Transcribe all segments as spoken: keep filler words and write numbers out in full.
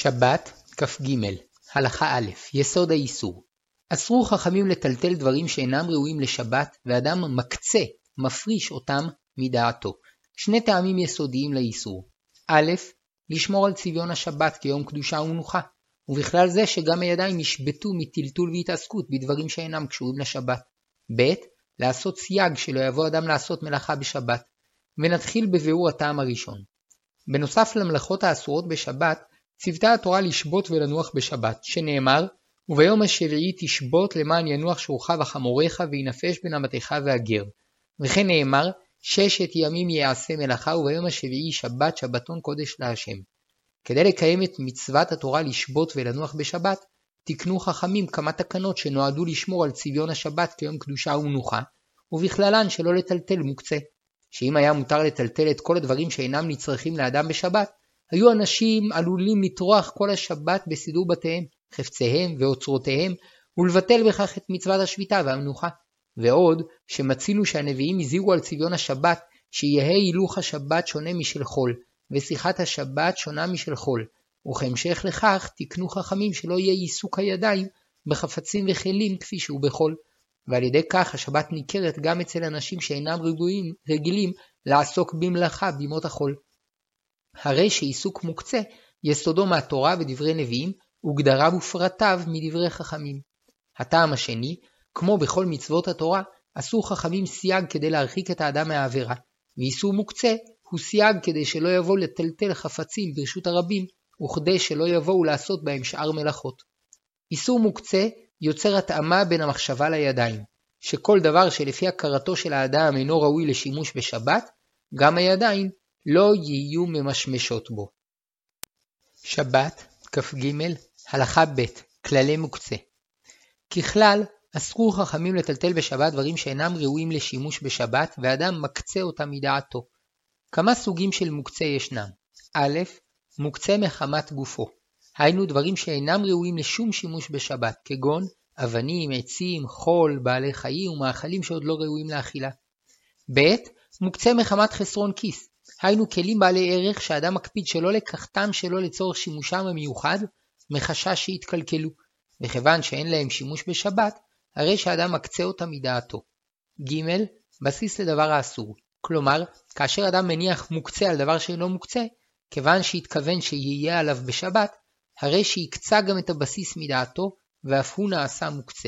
שבת כ"ג הלכה א' יסוד האיסור. אסרו חכמים לטלטל דברים שאינם ראויים לשבת, ואדם מקצה, מפריש אותם מדעתו. שני טעמים יסודיים לאיסור. א', לשמור על צביון השבת כיום קדושה ומנוחה, ובכלל זה שגם הידיים ישבתו מטלטול והתעסקות בדברים שאינם קשורים לשבת. ב', לעשות סייג שלא יבוא אדם לעשות מלאכה בשבת. ונתחיל בביאור הטעם הראשון. בנוסף למלאכות האסורות בשבת, ציוותה התורה לשבות ולנוח בשבת, שנאמר, וביום השביעי תשבות למען ינוח שורך וחמורך וינפש בין אמתך והגר. וכן נאמר, ששת ימים יעשה מלאכה וביום השביעי שבת שבתון קודש להשם. כדי לקיים את מצוות התורה לשבות ולנוח בשבת, תקנו חכמים כמה תקנות שנועדו לשמור על צביון השבת כיום קדושה ומנוחה, ובכללן שלא לטלטל מוקצה. שאם היה מותר לטלטל את כל הדברים שאינם נצרכים לאדם בשבת, היו אנשים עלולים לטרוח כל השבת בסידור בתיהם, חפציהם ואוצרותיהם, ולבטל בכך את מצוות השביתה והמנוחה. ועוד שמצינו שהנביאים הזהירו על צביון השבת, שיהא הילוך השבת שונה משל חול, ושיחת השבת שונה משל חול. וכהמשך לכך תקנו חכמים שלא יהיה עיסוק הידיים בחפצים וכלים כפי שהוא בחול. ועל ידי כך השבת ניכרת גם אצל אנשים שאינם רגילים, רגילים לעסוק במלאכה בימות החול. הרי שעיסוק מוקצה יסודו מהתורה ודברי נביאים, וגדריו ופרטיו מדברי חכמים. הטעם השני, כמו בכל מצוות התורה, עשו חכמים סייג כדי להרחיק את האדם מהעבירה, ואיסור מוקצה הוא סייג כדי שלא יבוא לטלטל חפצים ברשות הרבים, וכדי שלא יבואו לעשות בהם שאר מלאכות. איסור מוקצה יוצר התאמה בין המחשבה לידיים, שכל דבר שלפי הכרתו של האדם אינו ראוי לשימוש בשבת, גם הידיים לא יהיו ממשמשות בו. שבת כ"ג הלכה ב' כללי מוקצה. ככלל, אסרו חכמים לטלטל בשבת דברים שאינם ראויים לשימוש בשבת, ואדם מקצה אותם מדעתו. כמה סוגים של מוקצה ישנם. א', מוקצה מחמת גופו. היינו דברים שאינם ראויים לשום שימוש בשבת, כגון אבנים, עצים, חול, בעלי חיים ומאכלים שעוד לא ראויים לאכילה. ב', מוקצה מחמת חסרון כיס. היינו כלים בעלי ערך שאדם מקפיד שלא לקחתם שלא לצורך שימושם המיוחד, מחשש שיתקלקלו. וכיוון שאין להם שימוש בשבת, הרי שאדם מקצה אותם מדעתו. ג', בסיס לדבר האסור. כלומר, כאשר אדם מניח מוקצה על דבר שאינו מוקצה, כיוון שהתכוון שיהיה עליו בשבת, הרי שיקצה גם את הבסיס מדעתו, ואף הוא נעשה מוקצה.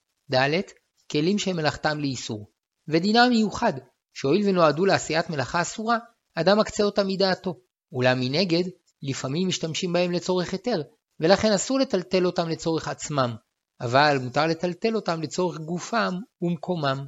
ד', כלים שהם מלאכתם לאיסור. ודינם מיוחד, שהואיל ונועדו לעשיית מלאכה אסורה, אדם מקצה אותם מדעתו. אולם מנגד, לפעמים משתמשים בהם לצורך היתר, ולכן אסור לטלטל אותם לצורך עצמם, אבל מותר לטלטל אותם לצורך גופם ומקומם.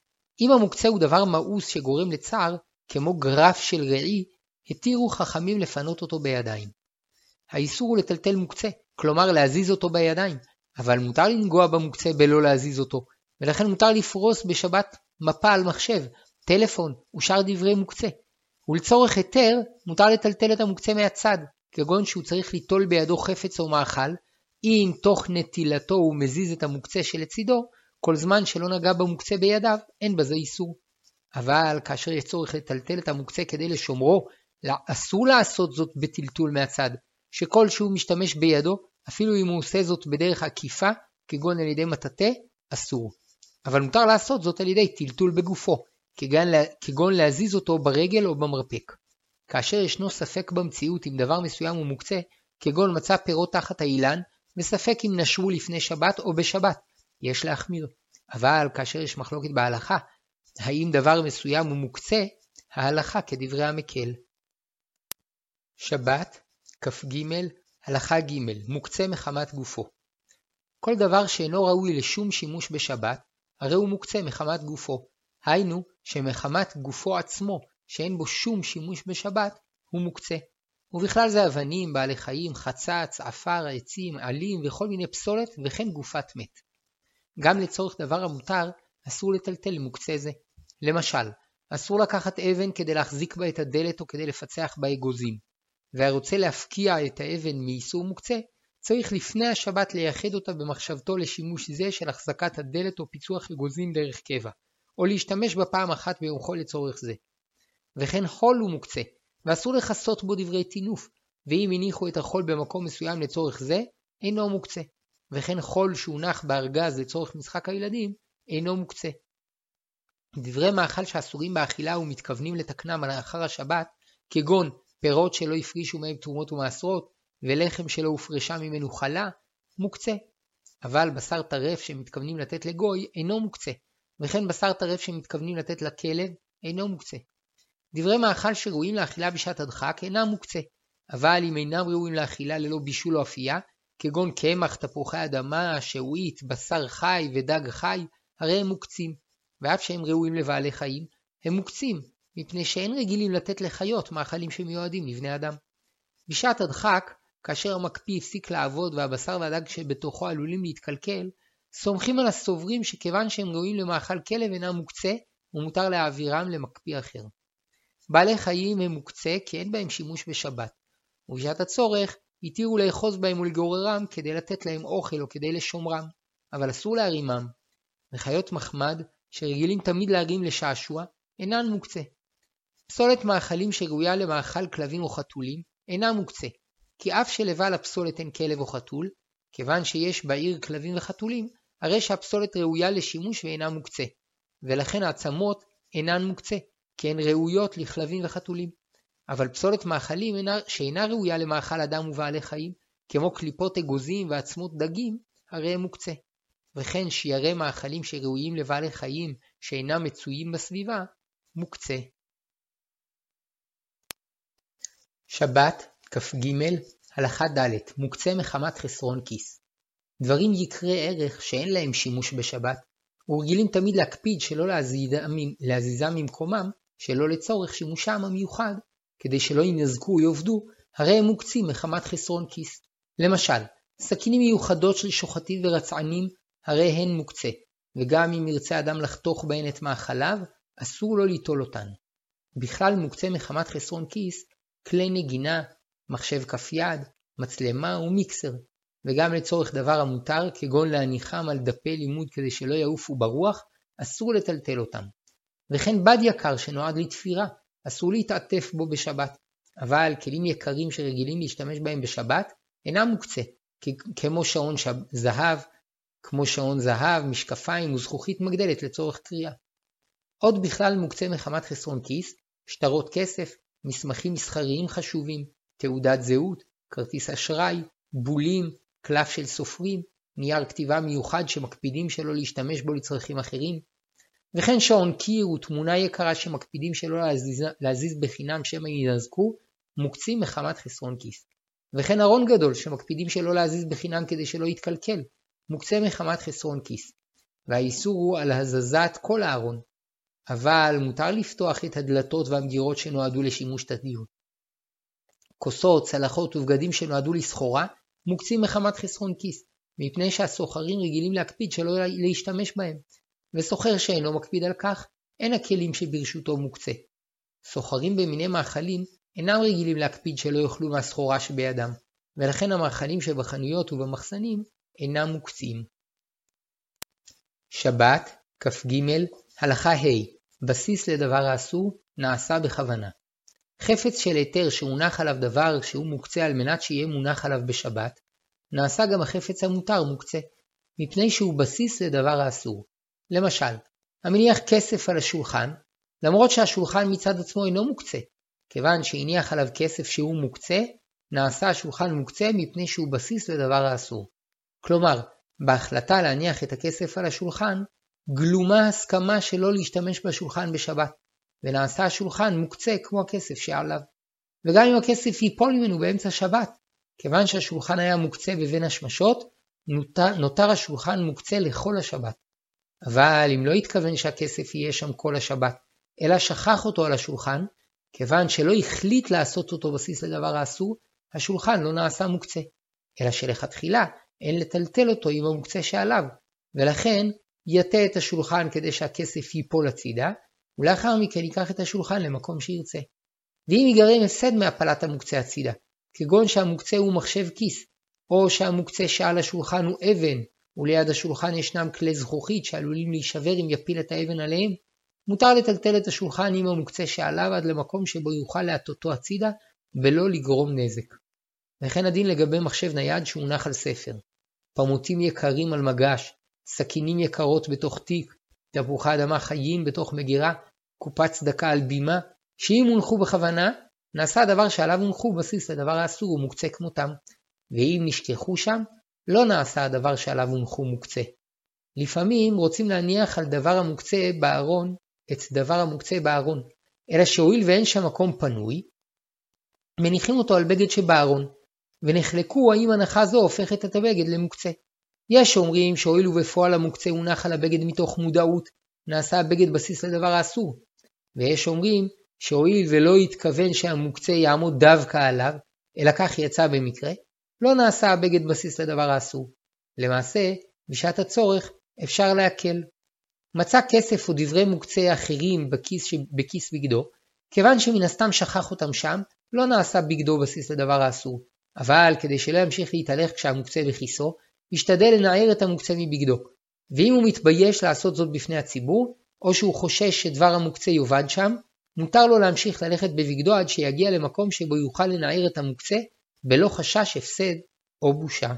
אם המוקצה הוא דבר מאוס שגורם לצער, כמו גרף של רעי, התירו חכמים לפנות אותו בידיים. האיסור הוא לטלטל מוקצה, כלומר להזיז אותו בידיים, אבל מותר לנגוע במוקצה בלא להזיז אותו, ולכן מותר לפרוס בשבת מפה על מחשב, טלפון ושאר דברי מוקצה. ולצורך היתר מותר לטלטל את המוקצה מהצד, כגון שהוא צריך ליטול בידו חפץ או מאכל, אם תוך נטילתו הוא מזיז את המוקצה שלצידו, כל זמן שלא נגע במוקצה בידיו, אין בזה איסור. אבל כאשר יש צורך לטלטל את המוקצה כדי לשומרו, אסור לעשות זאת בטלטול מהצד, שכל שהוא משתמש בידו, אפילו אם הוא עושה זאת בדרך עקיפה, כגון על ידי מטאטא, אסור. אבל מותר לעשות זאת על ידי טלטול בגופו, כגון להזיז אותו ברגל או במרפק. כאשר ישנו ספק במציאות אם דבר מסוים הוא מוקצה, כגון מצא פירות תחת האילן, וספק אם נשרו לפני שבת או בשבת, יש להחמיר. אבל כאשר יש מחלוקת בהלכה, האם דבר מסוים הוא מוקצה, ההלכה כדברי המקל. שבת כ"ג הלכה ג' מוקצה מחמת גופו. כל דבר שאינו ראוי לשום שימוש בשבת, הרי הוא מוקצה מחמת גופו. היינו שמחמת גופו עצמו, שאין בו שום שימוש בשבת, הוא מוקצה. ובכלל זה אבנים, בעלי חיים, חצץ, עפר, עצים, עלים וכל מיני פסולת וכן גופת מת. גם לצורך דבר המותר, אסור לטלטל מוקצה זה. למשל, אסור לקחת אבן כדי להחזיק בה את הדלת או כדי לפצח בה אגוזים. והרוצה להפקיע את האבן מאיסור מוקצה, צריך לפני השבת לייחד אותה במחשבתו לשימוש זה של החזקת הדלת או פיצוח אגוזים דרך קבע, או להשתמש בה פעם אחת ביום חול לצורך זה. וכן חול הוא מוקצה, ואסור לחסות בו דברי תינוף, ואם הניחו את החול במקום מסוים לצורך זה, אינו מוקצה. וכן חול שהונח בארגז לצורך משחק הילדים, אינו מוקצה. דברי מאכל שאסורים באכילה ומתכוונים לתקנם לאחר השבת, כגון פירות שלא הפרישו מהם תרומות ומעשרות, ולחם שלא הופרשה ממנו חלה, מוקצה. אבל בשר טרף שמתכוונים לתת לגוי אינו מוקצה, וכן בשר טרף שמתכוונים לתת לכלב אינו מוקצה. דברי מאכל שראויים לאכילה בשעת הדחק אינם מוקצה, אבל אם אינם ראויים לאכילה ללא בישול או אפייה, כגון קמח, תפוחי אדמה, שעועית, בשר חי ודג חי, הרי הם מוקצים, ואף שהם ראויים לבעלי חיים, הם מוקצים, מפני שאין רגילים לתת לחיות מאכלים שמיועדים לבני אדם. בשעת הדחק, כאשר המקפיא הפסיק לעבוד והבשר והדג שבתוכו עלולים להתקלקל, סומכים על הסוברים שכיוון שהם ראויים למאכל כלב אינם מוקצה, ומותר להעבירם למקפיא אחר. בעלי חיים הם מוקצה כי אין בהם שימוש בשבת, ובשעת הצורך התירו לאחוז בהם ולגוררם כדי לתת להם אוכל או כדי לשומרם, אבל אסור להרימם. וחיות מחמד שרגילים תמיד להרים לשעשוע אינן מוקצה. פסולת מאכלים שראויה למאכל כלבים או חתולים אינה מוקצה, כי אף שלבעל הפסולת אין כלב או חתול, כיוון שיש בעיר כלבים וחתולים, הרי שהפסולת ראויה לשימוש ואינה מוקצה, ולכן העצמות אינן מוקצה, כי הן ראויות לכלבים וחתולים. אבל פסולת מאכלים שאינה ראויה למאכל אדם ובעלי חיים, כמו קליפות אגוזים ועצמות דגים, הרי הם מוקצה. וכן שיירי מאכלים שראויים לבעלי חיים שאינם מצויים בסביבה, מוקצה. שבת, כ"ג, הלכה ד' מוקצה מחמת חסרון כיס. דברים יקרי ערך שאין להם שימוש בשבת, ורגילים תמיד להקפיד שלא להזיזם ממקומם, שלא לצורך שימושם המיוחד, כדי שלא ינזקו או יאבדו, הרי הם מוקצים מחמת חסרון כיס. למשל, סכינים מיוחדות של שוחטים ורצענים, הרי הן מוקצה, וגם אם ירצה אדם לחתוך בהן את מאכליו, אסור לו ליטול אותן. בכלל מוקצה מחמת חסרון כיס, כלי נגינה, מחשב כף יד, מצלמה ומיקסר, וגם לצורך דבר המותר, כגון להניחם על דפי לימוד כדי שלא יעופו ברוח, אסור לטלטל אותם. וכן בד יקר שנועד לתפירה, אסור להתעטף בו בשבת, אבל כלים יקרים שרגילים להשתמש בהם בשבת, אינם מוקצה, כמו שעון זהב, כמו שעון זהב, משקפיים וזכוכית מגדלת לצורך קריאה. עוד בכלל מוקצה מחמת חסרון כיס, שטרות כסף, מסמכים מסחריים חשובים, תעודת זהות, כרטיס אשראי, בולים, קלף של סופרים, נייר כתיבה מיוחד שמקפידים שלא להשתמש בו לצרכים אחרים, וכן שעון קיר ותמונה יקרה שמקפידים שלא להזיז, להזיז בחינם שמא ינזקו, מוקצים מחמת חסרון כיס. וכן ארון גדול שמקפידים שלא להזיז בחינם כדי שלא יתקלקל, מוקצה מחמת חסרון כיס. והאיסור הוא על הזזת כל הארון, אבל מותר לפתוח את הדלתות והמגירות שנועדו לשימוש תדיר. כוסות, צלחות ובגדים שנועדו לסחורה, מוקצים מחמת חסרון כיס, מפני שהסוחרים רגילים להקפיד שלא להשתמש בהם, וסוחר שאינו מקפיד על כך, אין הכלים שברשותו מוקצה. סוחרים במיני מאכלים אינם רגילים להקפיד שלא יאכלו מהסחורה שבידם, ולכן המאכלים שבחנויות ובמחסנים אינם מוקצים. שבת, כ"ג, הלכה ה' בסיס לדבר האסור נעשה בכוונה. חפץ של היתר שהונח עליו דבר שהוא מוקצה על מנת שיהיה מונח עליו בשבת, נעשה גם החפץ המותר מוקצה, מפני שהוא בסיס לדבר האסור. למשל, המניח כסף על השולחן, למרות שהשולחן מצד עצמו אינו מוקצה, כיוון שהניח עליו כסף שהוא מוקצה, נעשה השולחן מוקצה מפני שהוא בסיס לדבר האסור. כלומר, בהחלטה להניח את הכסף על השולחן, גלומה הסכמה שלא להשתמש בשולחן בשבת, ונעשה השולחן מוקצה כמו הכסף שעליו. וגם אם הכסף ייפול ממנו באמצע שבת, כיוון שהשולחן היה מוקצה בבין השמשות, נותר, נותר השולחן מוקצה לכל השבת. אבל אם לא התכוון שהכסף יהיה שם כל השבת, אלא שכח אותו על השולחן, כיוון שלא החליט לעשות אותו בסיס לדבר האסור, השולחן לא נעשה מוקצה, אלא שלכתחילה אין לטלטל אותו עם המוקצה שעליו, ולכן יטה את השולחן כדי שהכסף ייפול הצידה, ולאחר מכן ייקח את השולחן למקום שירצה. ואם ייגרם הפסד מהפלת המוקצה הצידה, כגון שהמוקצה הוא מחשב כיס, או שהמוקצה שעל השולחן הוא אבן, וליד השולחן ישנם כלי זכוכית שעלולים להישבר אם יפיל את האבן עליהם, מותר לטלטל את השולחן עם המוקצה שעליו עד למקום שבו יוכל להטותו הצידה ולא לגרום נזק. וכן הדין לגבי מחשב נייד שהונח על ספר. פמוטים יקרים על מגש, סכינים יקרות בתוך תיק, תפוחי אדמה חיים בתוך מגירה, קופת צדקה על בימה, שאם הונחו בכוונה, נעשה הדבר שעליו הונחו בסיס לדבר האסור ומוקצה כמותם, ואם נשכחו שם, לא נעשה הדבר שעליו הונחו מוקצה. לפעמים רוצים להניח על דבר המוקצה בארון את דבר המוקצה בארון, אלא שהואיל ואין שם מקום פנוי, מניחים אותו על בגד שבארון, ונחלקו האם הנחה זו הופכת את הבגד למוקצה. יש אומרים שהואיל ובפועל המוקצה הונח על הבגד מתוך מודעות, נעשה הבגד בסיס לדבר האסור, ויש אומרים שהואיל ולא התכוון שהמוקצה יעמוד דווקא עליו, אלא כך יצא במקרה, לא נעשה הבגד בסיס לדבר האסור. למעשה, בשעת הצורך אפשר להקל. מצא כסף או דברי מוקצה אחרים בכיס, בכיס בגדו, כיוון שמן הסתם שכח אותם שם, לא נעשה בגדו בסיס לדבר האסור. אבל כדי שלא ימשיך להתהלך כשהמוקצה בכיסו, ישתדל לנער את המוקצה מבגדו. ואם הוא מתבייש לעשות זאת בפני הציבור, או שהוא חושש שדבר המוקצה יובד שם, מותר לו להמשיך ללכת בבגדו עד שיגיע למקום שבו יוכל לנער את המוקצה, בלא חשש הפסד או בושה.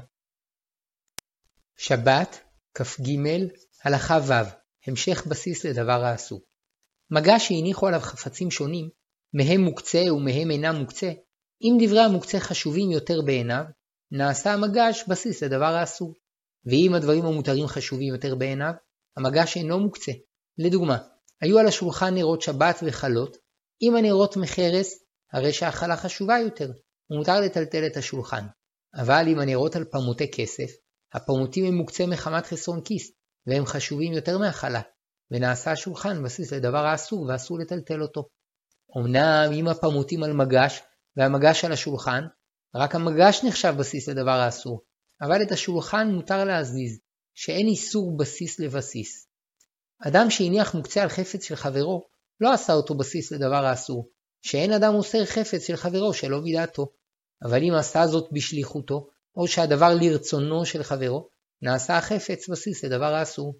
שבת, כ"ג, הלכה ו', המשך בסיס לדבר האסור. מגש שהניחו עליו חפצים שונים, מהם מוקצה ומהם אינם מוקצה, אם דברי המוקצה חשובים יותר בעיניו, נעשה המגש בסיס לדבר האסור. ואם הדברים המותרים חשובים יותר בעיניו, המגש אינו מוקצה. לדוגמה, היו על השולחן נרות שבת וחלות, אם הנרות מחרס, הרי שהחלה חשובה יותר, ומותר לטלטל את השולחן. אבל אם הנרות על פמוטי כסף, הפמוטים הם מוקצה מחמת חסרון כיס, והם חשובים יותר מהחלה, ונעשה השולחן בסיס לדבר האסור ואסור לטלטל אותו. אמנם אם הפמוטים על מגש, והמגש על השולחן, רק המגש נחשב בסיס לדבר האסור, אבל את השולחן מותר להזיז, שאין איסור בסיס לבסיס. אדם שהניח מוקצה על חפץ של חברו, לא עשה אותו בסיס לדבר האסור, שאין אדם אוסר חפץ של חברו שלא בדעתו. אבל אם עשה זאת בשליחותו, או שהדבר לרצונו של חברו, נעשה החפץ בסיס לדבר האסור.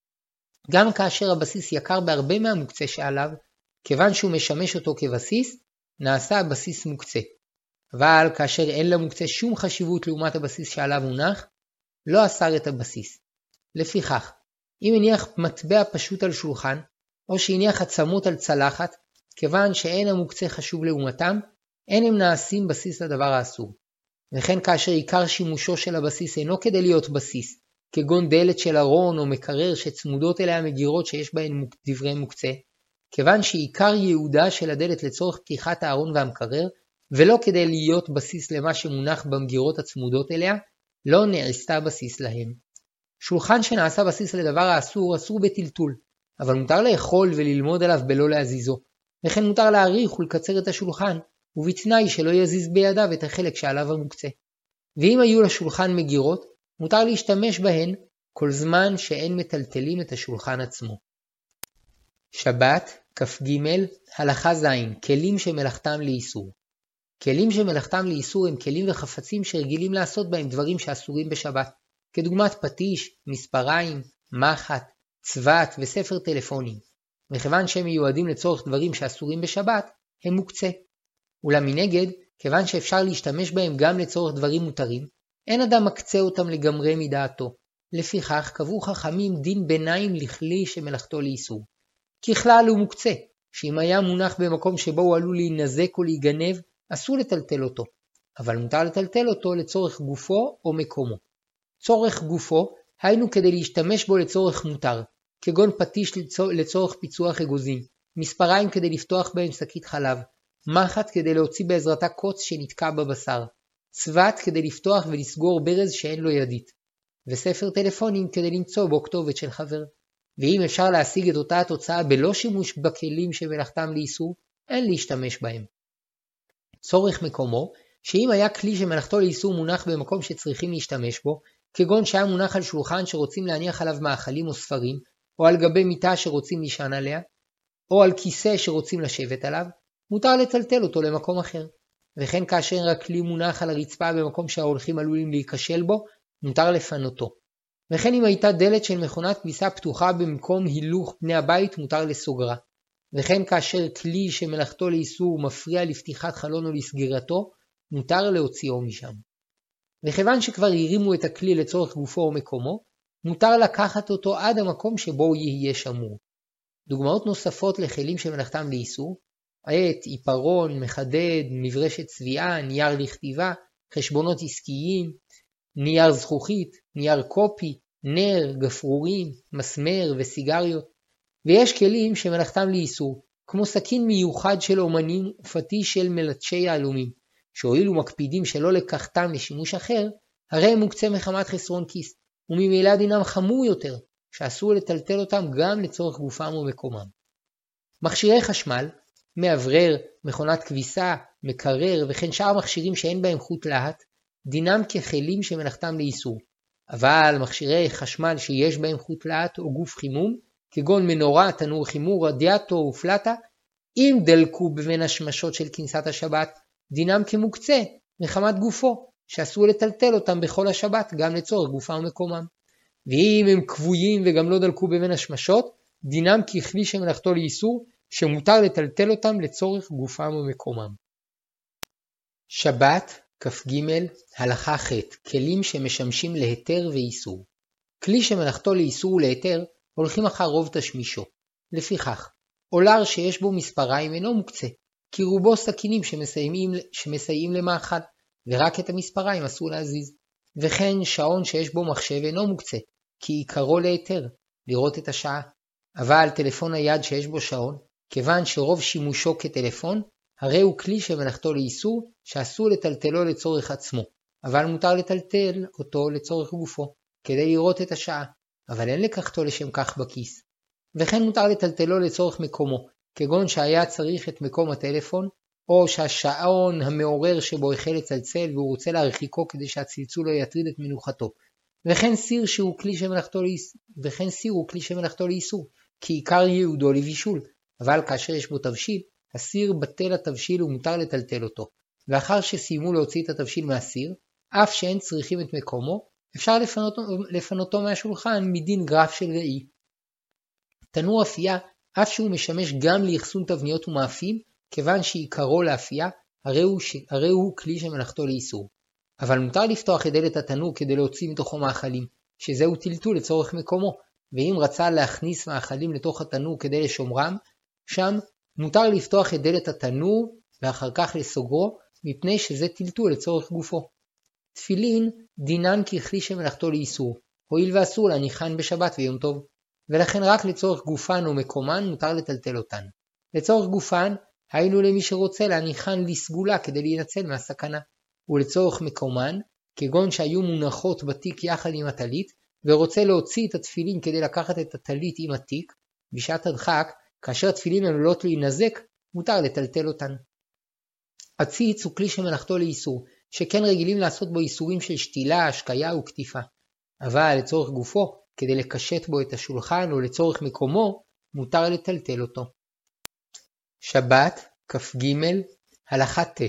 גם כאשר הבסיס יקר בהרבה מהמוקצה שעליו, כיוון שהוא משמש אותו כבסיס, נעשה הבסיס מוקצה. אבל כאשר אין למוקצה שום חשיבות לעומת הבסיס שעליו הונח, לא אסר את הבסיס. לפיכך, אם הניח מטבע פשוט על שולחן, או שהניח עצמות על צלחת, כיוון שאין המוקצה חשוב לעומתם, אין הם נעשים בסיס לדבר האסור. וכן כאשר עיקר שימושו של הבסיס אינו כדי להיות בסיס, כגון דלת של ארון או מקרר שצמודות אליה מגירות שיש בהן דברי מוקצה, כיוון שעיקר ייעודה של הדלת לצורך פתיחת הארון והמקרר, ולא כדי להיות בסיס למה שמונח במגירות הצמודות אליה, לא נעשתה בסיס להם. שולחן שנעשה בסיס לדבר האסור אסור בטלטול, אבל מותר לאכול וללמוד עליו בלא להזיזו, וכן מותר להאריך ולקצר את השולחן, ובתנאי שלא יזיז בידיו את החלק שעליו המוקצה. ואם היו לשולחן מגירות, מותר להשתמש בהן כל זמן שאין מטלטלים את השולחן עצמו. שבת, כ"ג, הלכה ז', כלים שמלאכתם לאיסור. כלים שמלאכתם לאיסור הם כלים וחפצים שרגילים לעשות בהם דברים שאסורים בשבת, כדוגמת פטיש, מספריים, מחט, צבת וספר טלפונים. מכיוון שהם מיועדים לצורך דברים שאסורים בשבת, הם מוקצה. אולם מנגד, כיוון שאפשר להשתמש בהם גם לצורך דברים מותרים, אין אדם מקצה אותם לגמרי מדעתו. לפיכך קבעו חכמים דין ביניים לכלי שמלאכתו לאיסור. ככלל הוא מוקצה, שאם היה מונח במקום שבו הוא עלול להינזק או להיגנב, אסור לטלטל אותו, אבל מותר לטלטל אותו לצורך גופו או מקומו. צורך גופו היינו כדי להשתמש בו לצורך מותר, כגון פטיש לצורך פיצוח אגוזים, מספריים כדי לפתוח בהם שקית חלב, מחט כדי להוציא בעזרתה קוץ שנתקע בבשר, צבת כדי לפתוח ולסגור ברז שאין לו ידית, וספר טלפונים כדי למצוא בו כתובת של חבר. ואם אפשר להשיג את אותה התוצאה בלא שימוש בכלים שמלאכתם לאיסור, אין להשתמש בהם. צורך מקומו, שאם היה כלי שמלאכתו לאיסור מונח במקום שצריכים להשתמש בו, כגון שהיה מונח על שולחן שרוצים להניח עליו מאכלים או ספרים, או על גבי מיטה שרוצים לישון עליה, או על כיסא שרוצים לשבת עליו, מותר לטלטל אותו למקום אחר. וכן כאשר הכלי מונח על הרצפה במקום שההולכים עלולים להיכשל בו, מותר לפנותו. וכן אם הייתה דלת של מכונת כביסה פתוחה במקום הילוך פני הבית, מותר לסוגרה. וכן כאשר כלי שמלאכתו לאיסור מפריע לפתיחת חלון או לסגירתו, מותר להוציאו משם. וכיוון שכבר הרימו את הכלי לצורך גופו או מקומו, מותר לקחת אותו עד המקום שבו הוא יהיה שמור. דוגמאות נוספות לכלים שמלאכתם לאיסור, עט, עיפרון, מחדד, מברשת צביעה, נייר לכתיבה, חשבונות עסקיים, נייר זכוכית, נייר קופי, נר, גפרורים, מסמר וסיגריות. ויש כלים שמלאכתם לאיסור, כמו סכין מיוחד של אומנים ופטיש של מלטשי יהלומים, שהואילו מקפידים שלא לקחתם לשימוש אחר, הרי הם מוקצה מחמת חסרון כיס, וממילא דינם חמור יותר, שאסור לטלטל אותם גם לצורך גופם ומקומם. מכשירי חשמל, מאוורר, מכונת כביסה, מקרר וכן שאר מכשירים שאין בהם חוט להט, דינם ככלים שמלאכתם לאיסור. אבל מכשירי חשמל שיש בהם חוט להט או גוף חימום, כגון מנורה, תנור חימור, רדיאטור ופלטה, אם דלקו בין השמשות של כניסת השבת, דינם כמוקצה מחמת גופו, שאסור לטלטל אותם בכל השבת גם לצורך גופם ומקומם. ואם הם קבועים וגם לא דלקו בין השמשות, דינם ככלי שמלאכתו לאיסור, שמותר לטלטל אותם לצורך גופם ומקומם. שבת, כ"ג, הלכה ח' כלים שמשמשים להיתר ואיסור. כלי שמלאכתו לאיסור ולהיתר הולכים אחר רוב תשמישו. לפיכך, אולר שיש בו מספריים אינו מוקצה, כי רובו סכינים שמסייעים, שמסייעים למאכל, ורק את המספריים אסור להזיז. וכן שעון שיש בו מחשב אינו מוקצה, כי עיקרו להיתר, לראות את השעה. אבל טלפון נייד שיש בו שעון, כיוון שרוב שימושו כטלפון, הרי הוא כלי שמלאכתו לאיסור, שאסור לטלטלו לצורך עצמו, אבל מותר לטלטל אותו לצורך גופו, כדי לראות את השעה, אבל אין לקחתו לשם כך בכיס. וכן מותר לטלטלו לצורך מקומו, כגון שהיה צריך את מקום הטלפון, או שהשעון המעורר שבו החל לצלצל והוא רוצה להרחיקו כדי שהצלצול לא יטריד את מנוחתו. וכן סיר שהוא כלי שמלאכתו לאיסור, וכן סיר הוא כלי שמלאכתו לאיסור, כי עיקר ייעודו לבישול, אבל כאשר יש בו תבשיל, הסיר בטל התבשיל ומותר לטלטל אותו. ואחר שסיימו להוציא את התבשיל מהסיר, אף שאין צריכים את מקומו, אפשר לפנותו, לפנותו מהשולחן מדין גרף של ראי. תנור אפייה, אף שהוא משמש גם לאחסון תבניות ומאפים, כיוון שעיקרו לאפייה, הרי הוא, ש... הרי הוא כלי שמלאכתו לאיסור. אבל מותר לפתוח את דלת התנור כדי להוציא מתוכו מאכלים, שזהו טלטול לצורך מקומו, ואם רצה להכניס מאכלים לתוך התנור כדי לשומרם, שם מותר לפתוח את דלת התנור ואחר כך לסוגרו, מפני שזה טלטול לצורך גופו. תפילין דינן ככלי שמלאכתו לאיסור, הואיל ואסור להניחן בשבת ויום טוב, ולכן רק לצורך גופן או מקומן מותר לטלטל אותן. לצורך גופן, היינו למי שרוצה להניחן לסגולה כדי להינצל מהסכנה, ולצורך מקומן, כגון שהיו מונחות בתיק יחד עם הטלית, ורוצה להוציא את התפילין כדי לקחת את הטלית עם התיק, בשעת הדחק, כאשר התפילין עלולות להינזק, מותר לטלטל אותן. הציץ הוא כלי שמלאכתו לאיסור, שכן רגילים לעשות בו איסורים של שתילה, השקיה וכתיפה. אבל לצורך גופו, כדי לקשט בו את השולחן או לצורך מקומו, מותר לטלטל אותו. שבת, כ"ג, הלכה ט'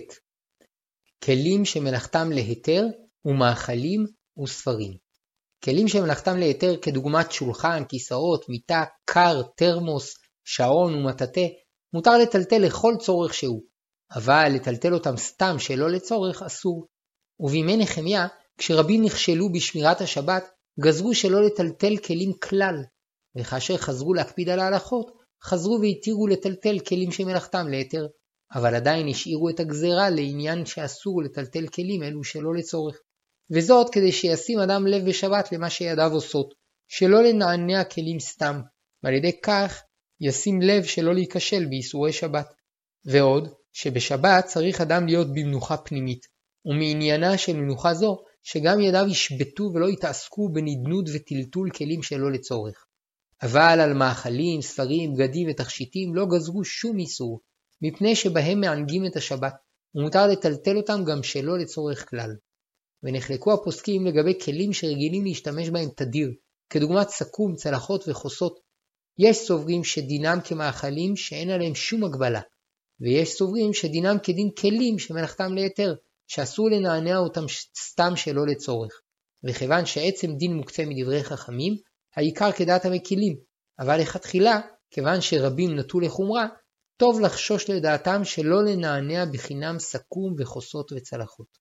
כלים שמלאכתם להיתר ומאכלים וספרים. כלים שמלאכתם להיתר כדוגמת שולחן, כיסאות, מיטה, קר, תרמוס, שעון ומטאטא, מותר לטלטל לכל צורך שהוא, אבל לטלטל אותם סתם שלא לצורך אסור. ובימי נחמיה, כשרבים נכשלו בשמירת השבת, גזרו שלא לטלטל כלים כלל, וכאשר חזרו להקפיד על ההלכות, חזרו והתירו לטלטל כלים שמלאכתם להיתר, אבל עדיין השאירו את הגזרה לעניין שאסור לטלטל כלים אלו שלא לצורך. וזאת כדי שישים אדם לב בשבת למה שידיו עושות, שלא לנענע כלים סתם, ועל ידי כך ישים לב שלא להיכשל באיסורי שבת. ועוד, שבשבת צריך אדם להיות במנוחה פנימית, ומעניינה של מנוחה זו, שגם ידיו ישבטו ולא יתעסקו בנדנוד וטלטול כלים שלא לצורך. אבל על מאכלים, ספרים, בגדים ותכשיטים לא גזרו שום איסור, מפני שבהם מענגים את השבת, ומותר לטלטל אותם גם שלא לצורך כלל. ונחלקו הפוסקים לגבי כלים שרגילים להשתמש בהם תדיר, כדוגמת סכו"ם, צלחות וחוסות. יש סוברים שדינם כמאכלים שאין עליהם שום הגבלה, ויש סוברים שדינם כדין כלים שמלאכתם להיתר, שאסור לנענע אותם סתם שלא לצורך. וכיוון שעצם דין מוקצה מדברי חכמים, העיקר כדעת המקילים, אבל לכתחילה, כיוון שרבים נטו לחומרה, טוב לחשוש לדעתם שלא לנענע בחינם סכו"ם וכוסות וצלחות.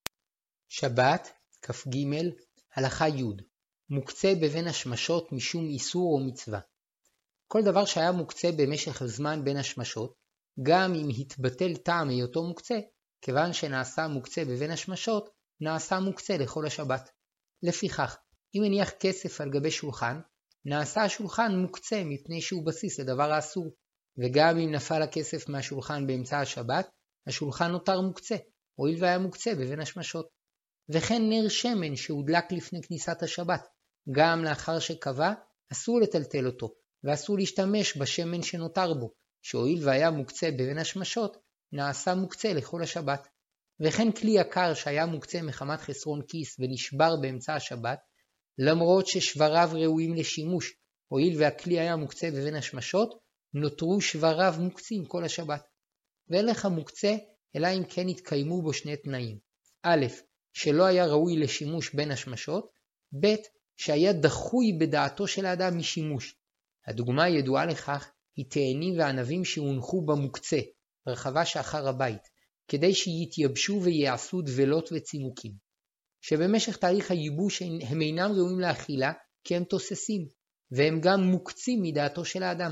שבת, כ"ג, הלכה י' מוקצה בבין השמשות משום איסור או מצווה. כל דבר שהיה מוקצה במשך זמן בין השמשות, גם אם התבטל טעם היותו מוקצה, כיוון שנעשה מוקצה בבין השמשות, נעשה מוקצה לכל השבת. לפיכך, אם מניח כסף על גבי שולחן, נעשה השולחן מוקצה מפני שהוא בסיס לדבר האסור, וגם אם נפל הכסף מהשולחן באמצע השבת, השולחן נותר מוקצה, הואיל והיה מוקצה בבין השמשות. וכן נר שמן שהודלק לפני כניסת השבת, גם לאחר שקבע, אסור לטלטל אותו, ואסור להשתמש בשמן שנותר בו, שהואיל והיה מוקצה בבין השמשות, נעשה מוקצה לכל השבת. וכן כלי יקר שהיה מוקצה מחמת חסרון כיס ונשבר באמצע השבת, למרות ששבריו ראויים לשימוש, הואיל והכלי היה מוקצה בבין השמשות, נותרו שבריו מוקצים כל השבת. ואין לך מוקצה, אלא אם כן התקיימו בו שני תנאים. א', שלא היה ראוי לשימוש בין השמשות, ב', שהיה דחוי בדעתו של האדם משימוש. הדוגמה הידועה לכך היא תאנים וענבים שהונחו במוקצה, רחבה שאחר הבית, כדי שיתייבשו ויעשו דבלות וצימוקים. שבמשך תהליך הייבוש הם אינם ראויים לאכילה כי הם תוססים, והם גם מוקצים מדעתו של האדם.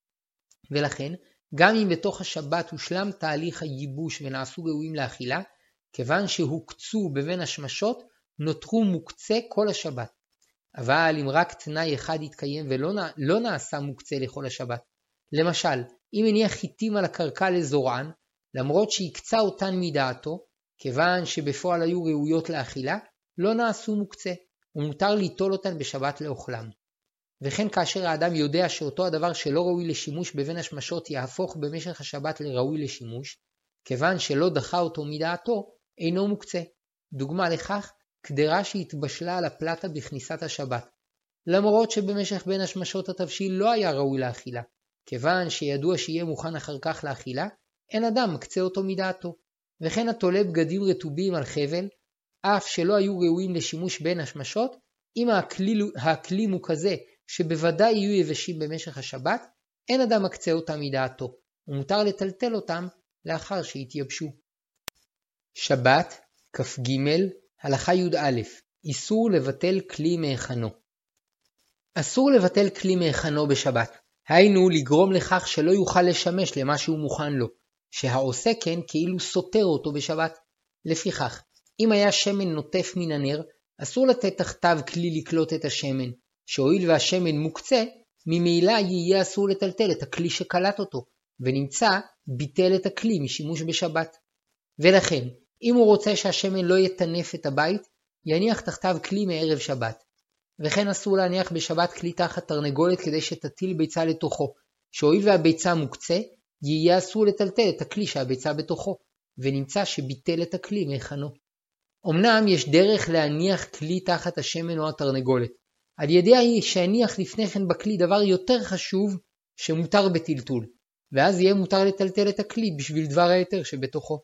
ולכן, גם אם בתוך השבת הושלם תהליך הייבוש ונעשו ראויים לאכילה, כיוון שהוקצו בבין השמשות, נותרו מוקצה כל השבת. אבל אם רק תנאי אחד יתקיים ולא לא נעשה מוקצה לכל השבת, למשל, אם הניח חיטים על הקרקע לזורען, למרות שהקצה אותן מדעתו, כיוון שבפועל היו ראויות לאכילה, לא נעשו מוקצה, ומותר ליטול אותן בשבת לאוכלם. וכן כאשר האדם יודע שאותו הדבר שלא ראוי לשימוש בבין השמשות יהפוך במשך השבת לראוי לשימוש, כיוון שלא דחה אותו מדעתו, אינו מוקצה. דוגמה לכך, קדרה שהתבשלה על הפלטה בכניסת השבת. למרות שבמשך בין השמשות התבשיל לא היה ראוי לאכילה, כיוון שידוע שיהיה מוכן אחר כך לאכילה, אין אדם מקצה אותו מדעתו. וכן התולה בגדים רטובים על חבל, אף שלא היו ראויים לשימוש בין השמשות, אם האקלים הוא כזה שבוודאי יהיו יבשים במשך השבת, אין אדם מקצה אותם מדעתו, ומותר לטלטל אותם לאחר שהתייבשו. שבת, כ"ג, הלכה י"א, איסור לבטל כלי מהיכנו. אסור לבטל כלי מהיכנו בשבת, היינו לגרום לכך שלא יוכל לשמש למה שהוא מוכן לו, שהעושה כן כאילו סותר אותו בשבת. לפיכך, אם היה שמן נוטף מן הנר, אסור לתת תחתיו כלי לקלוט את השמן, שהואיל והשמן מוקצה, ממילא יהיה אסור לטלטל את הכלי שקלט אותו, ונמצא ביטל את הכלי משימוש בשבת. ולכן, אם הוא רוצה שהשמן לא יטנף את הבית, יניח תחתיו כלי מערב שבת. וכן אסור להניח בשבת כלי תחת תרנגולת כדי שתטיל ביצה לתוכו, שהואיל והביצה מוקצה, יהיה אסור לטלטל את הכלי שהביצה בתוכו, ונמצא שביטל את הכלי מהיכנו. אמנם יש דרך להניח כלי תחת השמן או התרנגולת, על ידי שהניח לפני כן בכלי דבר יותר חשוב שמותר בטלטול, ואז יהיה מותר לטלטל את הכלי בשביל דבר היתר שבתוכו.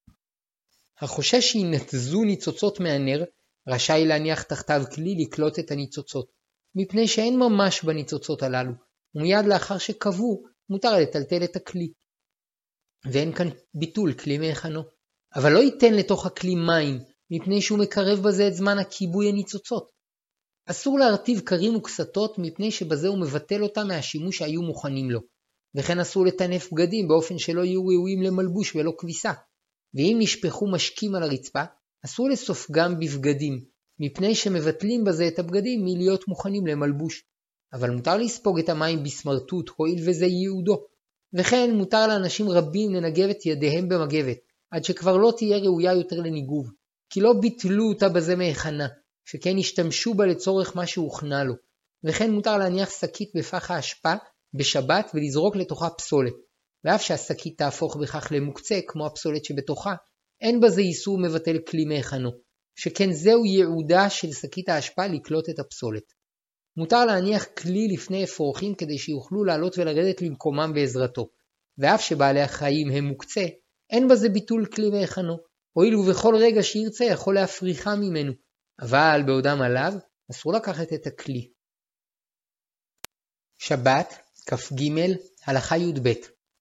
החושש שינתזו ניצוצות מהנר, רשאי להניח תחתיו כלי לקלוט את הניצוצות, מפני שאין ממש בניצוצות הללו, ומיד לאחר שקבעו, מותר לטלטל את הכלי. ואין כאן ביטול כלי מהיכנו, אבל לא ייתן לתוך הכלי מים, מפני שהוא מקרב בזה את זמן הכיבוי הניצוצות. אסור להרטיב קרים וקסתות, מפני שבזה הוא מבטל אותם מהשימוש שהיו מוכנים לו. וכן אסור לטנף בגדים באופן שלא יהיו ראויים למלבוש ולא כביסה. ואם נשפכו משקים על הרצפה, אסור לסופגם בבגדים, מפני שמבטלים בזה את הבגדים מלהיות מוכנים למלבוש. אבל מותר לספוג את המים בסמרטוט, הואיל וזה ייעודו. וכן מותר לאנשים רבים לנגב את ידיהם במגבת, עד שכבר לא תהיה ראויה יותר לניגוב, כי לא ביטלו אותה בזה מהיכנה, שכן השתמשו בה לצורך מה שהוכנה לו. וכן מותר להניח שקית בפח האשפה בשבת ולזרוק לתוכה פסולת, ואף שהשקית תהפוך בכך למוקצה כמו הפסולת שבתוכה, אין בזה איסור מבטל כלי מהיכנו, שכן זהו ייעודה של שקית האשפה לקלוט את הפסולת. מותר להניח כלי לפני אפרוחים כדי שיוכלו לעלות ולרדת למקומם בעזרתו, ואף שבעלי החיים הם מוקצה, אין בזה ביטול כלי מהיכנו, הואיל ובכל רגע שירצה יכול להפריחה ממנו, אבל בעודם עליו אסור לקחת את הכלי. שבת, כ"ג, הלכה י"ב,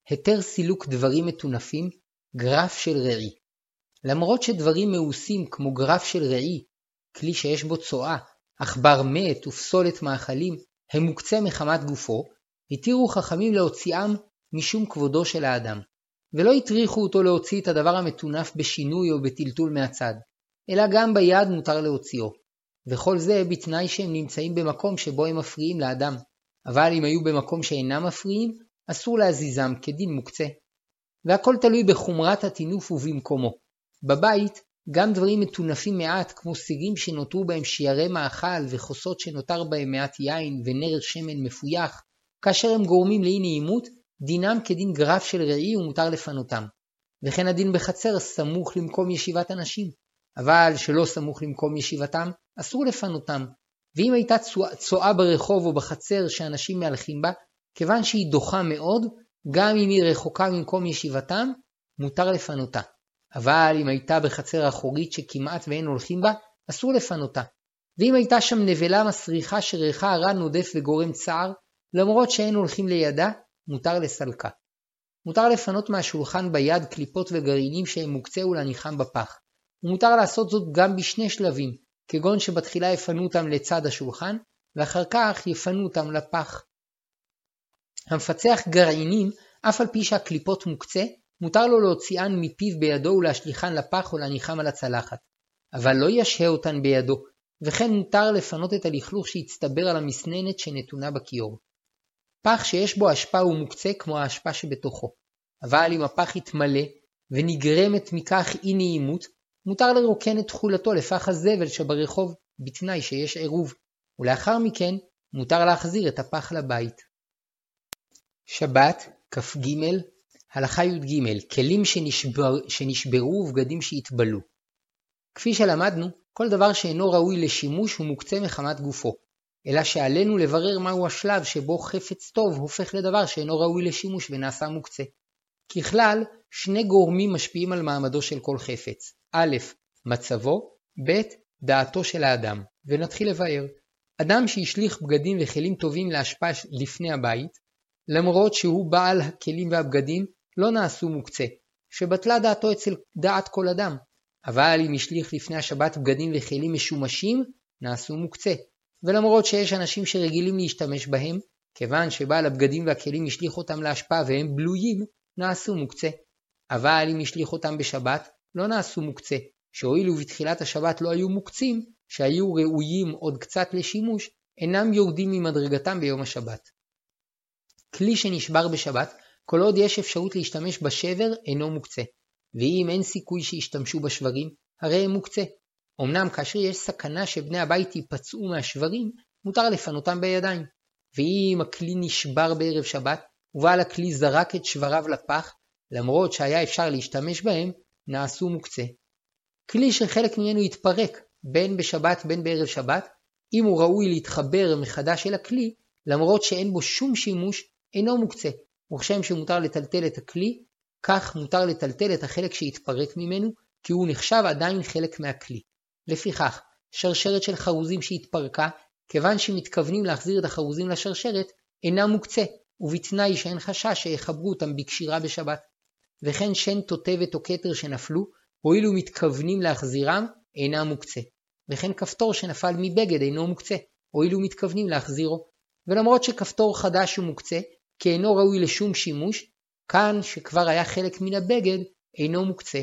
היתר סילוק דברים מטונפים, גרף של רעי. למרות שדברים מאוסים כמו גרף של רעי, כלי שיש בו צואה, עכבר מת ופסולת מאכלים, הם מוקצה מחמת גופו, התירו חכמים להוציאם משום כבודו של האדם, ולא התריחו אותו להוציא את הדבר המטונף בשינוי או בטלטול מהצד, אלא גם ביד מותר להוציאו, וכל זה בתנאי שהם נמצאים במקום שבו הם מפריעים לאדם, אבל אם היו במקום שאינם מפריעים, אסור להזיזם כדין מוקצה. והכל תלוי בחומרת הטינוף ובמקומו. בבית, גם דברים מטונפים מעט כמו סירים שנותרו בהם שיירי מאכל וחוסות שנותר בהם מעט יין ונר שמן מפויח, כאשר הם גורמים לאי נעימות, דינם כדין גרף של רעי ומותר לפנותם. וכן הדין בחצר סמוך למקום ישיבת אנשים, אבל שלא סמוך למקום ישיבתם, אסור לפנותם. ואם הייתה צואה ברחוב או בחצר שאנשים מהלכים בה, כיוון שהיא דוחה מאוד, גם אם היא רחוקה ממקום ישיבתם, מותר לפנותה. אבל אם הייתה בחצר אחורית שכמעט ואין הולכים בה, אסור לפנותה. ואם הייתה שם נבלה מסריחה שריחה הרע נודף וגורם צער, למרות שאין הולכים לידה, מותר לסלקה. מותר לפנות מהשולחן ביד קליפות וגרעינים שהם מוקצה ולהניחם בפח. ומותר לעשות זאת גם בשני שלבים, כגון שבתחילה יפנו אותם לצד השולחן, ואחר כך יפנו אותם לפח. המפצח גרעינים, אף על פי שהקליפות מוקצה, מותר לו להוציאן מפיו בידו ולהשליחן לפח או להניחם על הצלחת. אבל לא ישהה אותן בידו, וכן מותר לפנות את הלכלוך שהצטבר על המסננת שנתונה בכיור. פח שיש בו אשפה הוא מוקצה כמו האשפה שבתוכו. אבל אם הפח יתמלא ונגרמת מכך אי נעימות, מותר לרוקן את תכולתו לפח הזבל שברחוב, בתנאי שיש עירוב, ולאחר מכן מותר להחזיר את הפח לבית. שבת, כ"ג, הלכה י"ג, כלים שנשבר, שנשברו ובגדים שהתבלו. כפי שלמדנו, כל דבר שאינו ראוי לשימוש הוא מוקצה מחמת גופו, אלא שעלינו לברר מהו השלב שבו חפץ טוב הופך לדבר שאינו ראוי לשימוש ונעשה מוקצה. ככלל, שני גורמים משפיעים על מעמדו של כל חפץ. א', מצבו, ב', דעתו של האדם. ונתחיל לבאר. אדם שהשליך בגדים וכלים טובים להשפעה לפני הבית, למרות שהוא בעל הכלים והבגדים, לא נעשו מוקצה, שבטלה דעתו אצל דעת כל אדם. אבל אם השליך לפני השבת בגדים וכלים משומשים, נעשו מוקצה. ולמרות שיש אנשים שרגילים להשתמש בהם, כיוון שבעל הבגדים והכלים השליך אותם להשפעה והם בלויים, נעשו מוקצה. אבל אם השליך אותם בשבת, לא נעשו מוקצה, שהואילו בתחילת השבת לא היו מוקצים, שהיו ראויים עוד קצת לשימוש, אינם יורדים ממדרגתם ביום השבת. כלי שנשבר בשבת, כל עוד יש אפשרות להשתמש בשבר, אינו מוקצה. ואם אין סיכוי שישתמשו בשברים, הרי הם מוקצה. אמנם כאשר יש סכנה שבני הבית ייפצעו מהשברים, מותר לפנותם בידיים. ואם הכלי נשבר בערב שבת, ובעל הכלי זרק את שבריו לפח, למרות שהיה אפשר להשתמש בהם, נעשו מוקצה. כלי שחלק ממנו יתפרק, בין בשבת בין בערב שבת, אם הוא ראוי להתחבר מחדש אל הכלי, למרות שאין בו שום שימוש, אינו מוקצה. וכשם שמותר לטלטל את הכלי, כך מותר לטלטל את החלק שהתפרק ממנו, כי הוא נחשב עדיין חלק מהכלי. לפיכך, שרשרת של חרוזים שהתפרקה, כיוון שמתכוונים להחזיר את החרוזים לשרשרת, אינה מוקצה, ובתנאי שאין חשש שיחברו אותם בקשירה בשבת. וכן שן תותבת או כתר שנפלו, הואילו מתכוונים להחזירם, אינה מוקצה. וכן כפתור שנפל מבגד אינו מוקצה, הואילו מתכוונים להחזירו. ולמרות שכפתור חדש הוא מוקצה, כי אינו ראוי לשום שימוש, כאן שכבר היה חלק מן הבגד, אינו מוקצה.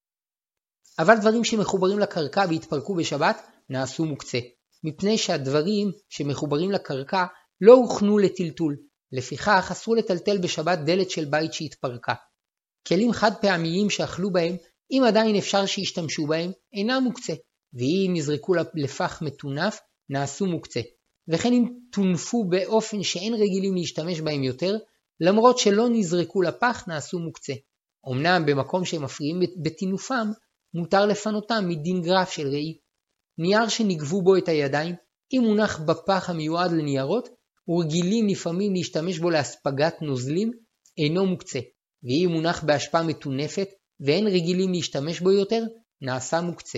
אבל דברים שמחוברים לקרקע והתפרקו בשבת, נעשו מוקצה. מפני שהדברים שמחוברים לקרקע לא הוכנו לטלטול. לפיכך אסור לטלטל בשבת דלת של בית שהתפרקה. כלים חד פעמיים שאכלו בהם, אם עדיין אפשר שישתמשו בהם, אינם מוקצה. ואם נזרקו לפח מטונף, נעשו מוקצה. וכן אם תונפו באופן שאין רגילים להשתמש בהם יותר, למרות שלא נזרקו לפח, נעשו מוקצה. אמנם במקום שהם מפריעים בתינופם, מותר לפנותם מדין גרף של ראי. נייר שנגבו בו את הידיים, אם מונח בפח המיועד לניירות, ורגילים לפעמים להשתמש בו להספגת נוזלים, אינו מוקצה. ואם מונח בהשפעה מטונפת, ואין רגילים להשתמש בו יותר, נעשה מוקצה.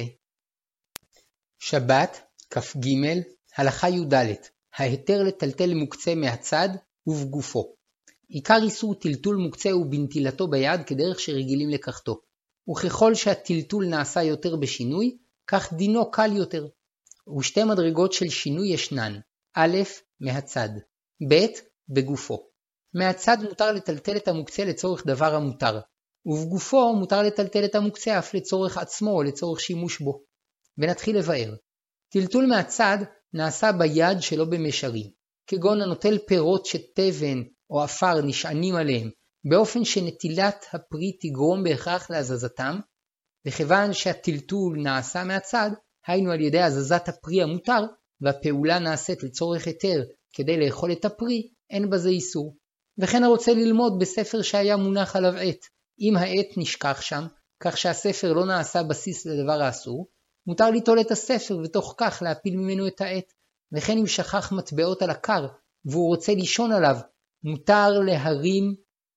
שבת, כ"ג, הלכה י"ד, ההיתר לטלטל מוקצה מהצד ובגופו. עיקר איסור טלטול מוקצה הוא בנטילתו ביד כדרך שרגילים לקחתו, וככל שהטלטול נעשה יותר בשינוי, כך דינו קל יותר. ושתי מדרגות של שינוי ישנן, א', מהצד, ב', בגופו. מהצד מותר לטלטל את המוקצה לצורך דבר המותר, ובגופו מותר לטלטל את המוקצה אף לצורך עצמו או לצורך שימוש בו. ונתחיל לבאר. טלטול מהצד נעשה ביד שלא במישרין, כגון הנוטל פירות שתבן או אפר נשענים עליהם, באופן שנטילת הפרי תגרום בהכרח להזזתם, וכיוון שהטלטול נעשה מהצד, היינו על ידי הזזת הפרי המותר, והפעולה נעשית לצורך היתר כדי לאכול את הפרי, אין בזה איסור. וכן הרוצה ללמוד בספר שהיה מונח עליו עט, אם העט נשכח שם, כך שהספר לא נעשה בסיס לדבר האסור, מותר ליטול את הספר ותוך כך להפיל ממנו את העט. וכן אם שכח מטבעות על הקר, והוא רוצה לישון עליו, מותר להרים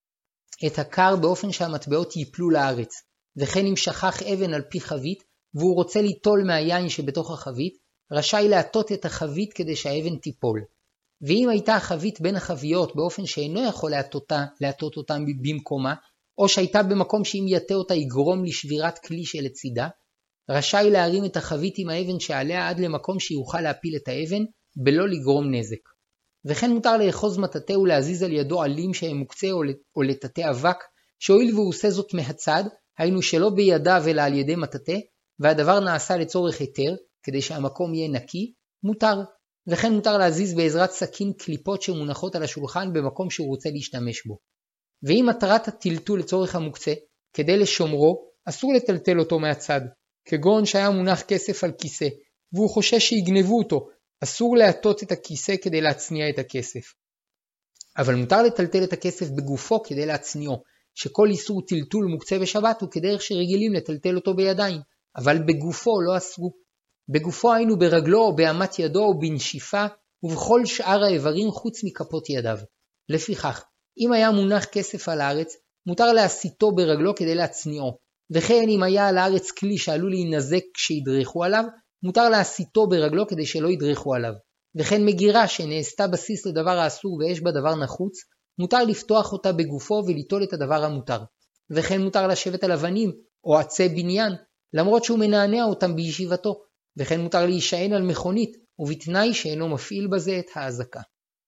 את הקר באופן שהמטבעות ייפלו לארץ. וכן אם שכח אבן על פי חבית, והוא רוצה ליטול מהיין שבתוך החבית, רשאי להטות את החבית כדי שהאבן תיפול. ואם הייתה החבית בין החביות באופן שאינו יכול להטותה, להטות אותה במקומה, או שהייתה במקום שאם יטה אותה יגרום לשבירת כלי שלצידה, רשאי להרים את החבית עם האבן שעליה עד למקום שיוכל להפיל את האבן, בלא לגרום נזק. וכן מותר לאחוז מטאטא ולהזיז על ידו עלים שהם מוקצה או לטאטא אבק, שהואיל והוא עושה זאת מהצד, היינו שלא בידיו אלא על ידי מטאטא, והדבר נעשה לצורך היתר, כדי שהמקום יהיה נקי, מותר. וכן מותר להזיז בעזרת סכין קליפות שמונחות על השולחן במקום שהוא רוצה להשתמש בו. ואם מטרת הטלטול לצורך המוקצה, כדי לשומרו, אסור לטלטל אותו מהצד, כגון שהיה מונח כסף על כיסא, והוא חושש שיגנבו אותו, אסור להטות את הכיסא כדי להצניע את הכסף. אבל מותר לטלטל את הכסף בגופו כדי להצניעו, שכל איסור טלטול מוקצה בשבת הוא כדרך שרגילים לטלטל אותו בידיים, אבל בגופו לא אסרו. בגופו היינו ברגלו או באמת ידו או בנשיפה, ובכל שאר האיברים חוץ מכפות ידיו. לפיכך, אם היה מונח כסף על הארץ, מותר להסיטו ברגלו כדי להצניעו, וכן אם היה על הארץ כלי שעלול להינזק כשידרכו עליו, מותר להסיטו ברגלו כדי שלא ידרכו עליו. וכן מגירה שנעשתה בסיס לדבר האסור ויש בה דבר נחוץ, מותר לפתוח אותה בגופו וליטול את הדבר המותר. וכן מותר לשבת על אבנים או עצי בניין, למרות שהוא מנענע אותם בישיבתו. וכן מותר להישען על מכונית, ובתנאי שאינו מפעיל בזה את האזעקה.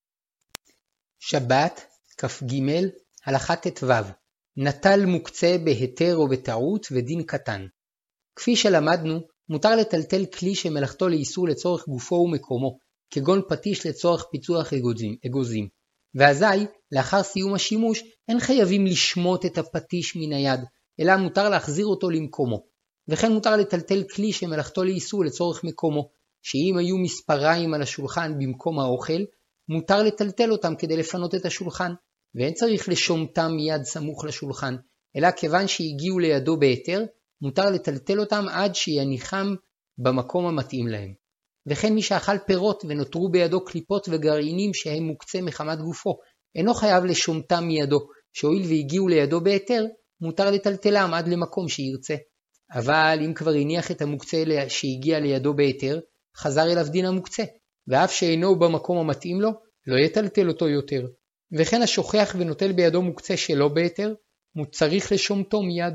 שבת, כ"ג, הלכה ט"ו. נטל מוקצה בהיתר או בטעות ודין קטן. כפי שלמדנו, מותר לטלטל כלי שמלאכתו לאיסור לצורך גופו ומקומו, כגון פטיש לצורך פיצוח אגוזים. אגוזים. ואזי, לאחר סיום השימוש, אין חייבים לשמוט את הפטיש מן היד, אלא מותר להחזיר אותו למקומו. וכן מותר לטלטל כלי שמלאכתו לאיסור לצורך מקומו, שאם היו מספריים על השולחן במקום האוכל, מותר לטלטל אותם כדי לפנות את השולחן, ואין צריך לשומתם מיד סמוך לשולחן, אלא כיוון שהגיעו לידו בהיתר, מותר לטלטל אותם עד שיניחם במקום המתאים להם. וכן מי שאכל פירות ונותרו בידו קליפות וגרעינים שהם מוקצה מחמת גופו, אינו חייב לשומתם מידו, שהואיל והגיעו לידו בהיתר, מותר לטלטלם עד למקום שירצה. אבל אם כבר הניח את המוקצה שהגיע לידו בהיתר, חזר אליו דין המוקצה, ואף שאינו במקום המתאים לו, לא יטלטל אותו יותר. וכן השוכח ונוטל בידו מוקצה שלא בהיתר, צריך לשומתו מיד.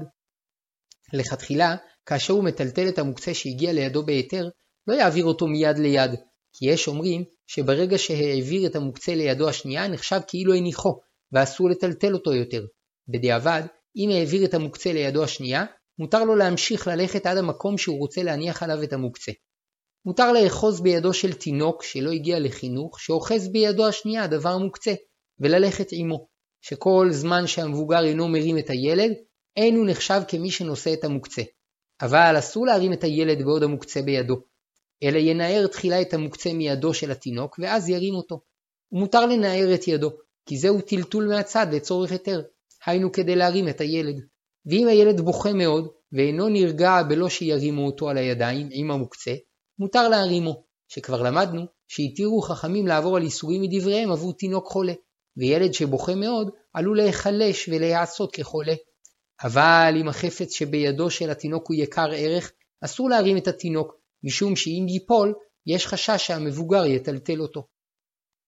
לכתחילה, כאשר הוא מטלטל את המוקצה שהגיע לידו בהיתר, לא יעביר אותו מיד ליד, כי יש אומרים שברגע שהעביר את המוקצה לידו השנייה נחשב כאילו הניחו, ואסור לטלטל אותו יותר. בדיעבד, אם העביר את המוקצה לידו השנייה, מותר לו להמשיך ללכת עד המקום שהוא רוצה להניח עליו את המוקצה. מותר לאחוז בידו של תינוק שלא הגיע לחינוך, שאוחז בידו השנייה דבר מוקצה, וללכת עמו, שכל זמן שהמבוגר אינו מרים את הילד, אין הוא נחשב כמי שנושא את המוקצה. אבל אסור להרים את הילד בעוד המוקצה בידו, אלא ינער תחילה את המוקצה מידו של התינוק, ואז ירים אותו. ומותר לנער את ידו, כי זהו טלטול מהצד לצורך היתר, היינו כדי להרים את הילד. ואם הילד בוכה מאוד, ואינו נרגע בלא שירימו אותו על הידיים עם המוקצה, מותר להרימו, שכבר למדנו שהתירו חכמים לעבור על איסורים מדבריהם עבור תינוק חולה, וילד שבוכה מאוד עלול להיחלש ולהיעשות כחולה. אבל אם החפץ שבידו של התינוק הוא יקר ערך, אסור להרים את התינוק, משום שאם ייפול, יש חשש שהמבוגר יטלטל אותו.